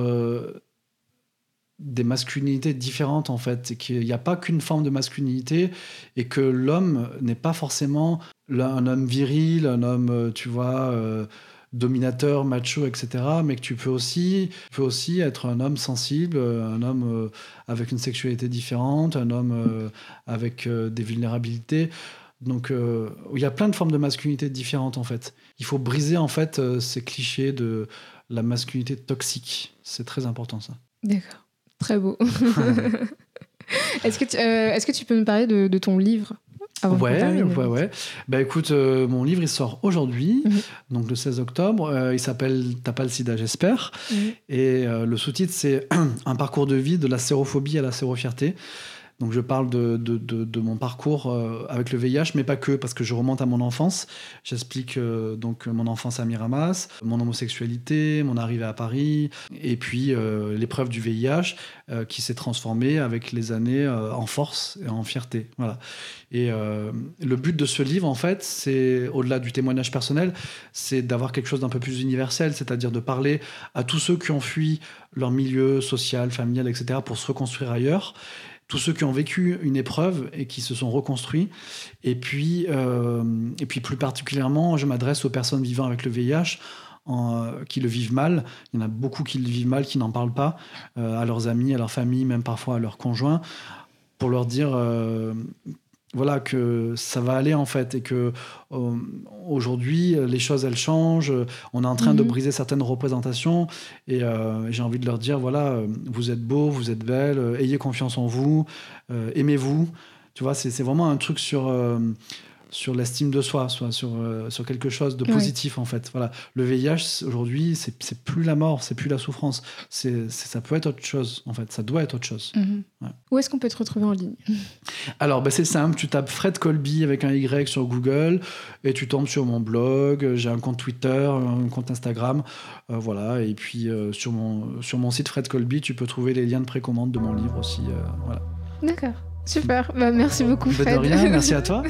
des masculinités différentes, en fait, et qu'il n'y a pas qu'une forme de masculinité, et que l'homme n'est pas forcément un homme viril, un homme, tu vois... dominateur, macho, etc. Mais que tu peux aussi être un homme sensible, un homme avec une sexualité différente, un homme avec des vulnérabilités. Donc, il y a plein de formes de masculinité différentes, en fait. Il faut briser, en fait, ces clichés de la masculinité toxique. C'est très important, ça. D'accord. Très beau. Est-ce que tu peux me parler de ton livre ? Ouais. Écoute, mon livre, il sort aujourd'hui, donc le 16 octobre. Il s'appelle « T'as pas le sida, j'espère ». Et le sous-titre, c'est « Un parcours de vie de la sérophobie à la sérofierté ». Donc je parle de mon parcours avec le VIH, mais pas que, parce que je remonte à mon enfance. J'explique donc mon enfance à Miramas, mon homosexualité, mon arrivée à Paris, et puis l'épreuve du VIH qui s'est transformée avec les années en force et en fierté. Voilà. Et le but de ce livre, en fait, c'est, au-delà du témoignage personnel, c'est d'avoir quelque chose d'un peu plus universel, c'est-à-dire de parler à tous ceux qui ont fui leur milieu social, familial, etc., pour se reconstruire ailleurs. Tous ceux qui ont vécu une épreuve et qui se sont reconstruits. Et puis plus particulièrement, je m'adresse aux personnes vivant avec le VIH qui le vivent mal. Il y en a beaucoup qui le vivent mal, qui n'en parlent pas à leurs amis, à leur famille, même parfois à leurs conjoints, pour leur dire voilà, que ça va aller en fait, et que aujourd'hui les choses elles changent, on est en train de briser certaines représentations, et j'ai envie de leur dire voilà, vous êtes beau, vous êtes belle, ayez confiance en vous, aimez-vous, tu vois, c'est vraiment un truc sur l'estime de soi, sur quelque chose de positif en fait. Voilà. Le VIH aujourd'hui, c'est plus la mort, c'est plus la souffrance, ça peut être autre chose en fait, ça doit être autre chose. Ouais. Où est-ce qu'on peut te retrouver en ligne? Alors c'est simple, tu tapes Fred Colby avec un Y sur Google et tu tombes sur mon blog, j'ai un compte Twitter, un compte Instagram, voilà, et puis sur mon site Fred Colby, tu peux trouver les liens de précommande de mon livre aussi, voilà. D'accord, super, merci beaucoup Fred. De rien, merci à toi.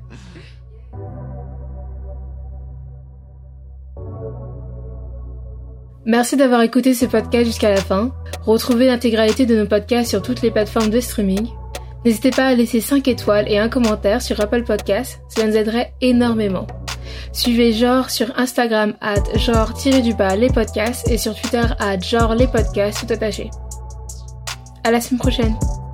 Merci d'avoir écouté ce podcast jusqu'à la fin. Retrouvez l'intégralité de nos podcasts sur toutes les plateformes de streaming. N'hésitez pas à laisser 5 étoiles et un commentaire sur Apple Podcasts, cela nous aiderait énormément. Suivez Genre sur Instagram @genre_les podcasts et sur Twitter @genre les podcasts tout attaché. À la semaine prochaine.